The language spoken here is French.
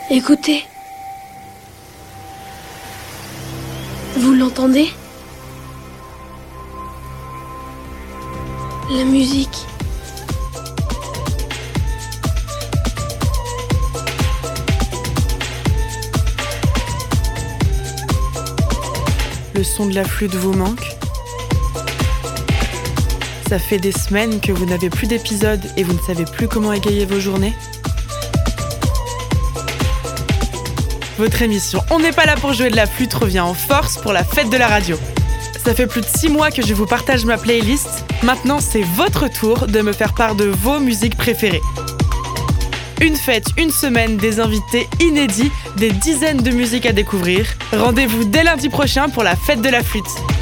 Écoutez. Vous l'entendez ? La musique. Le son de la flûte vous manque ? Ça fait des semaines que vous n'avez plus d'épisodes et vous ne savez plus comment égayer vos journées ? Votre émission On n'est pas là pour jouer de la flûte revient en force pour la fête de la radio. Ça fait plus de 6 mois que je vous partage ma playlist. Maintenant, c'est votre tour de me faire part de vos musiques préférées. Une fête, une semaine, des invités inédits, des dizaines de musiques à découvrir. Rendez-vous dès lundi prochain pour la fête de la flûte.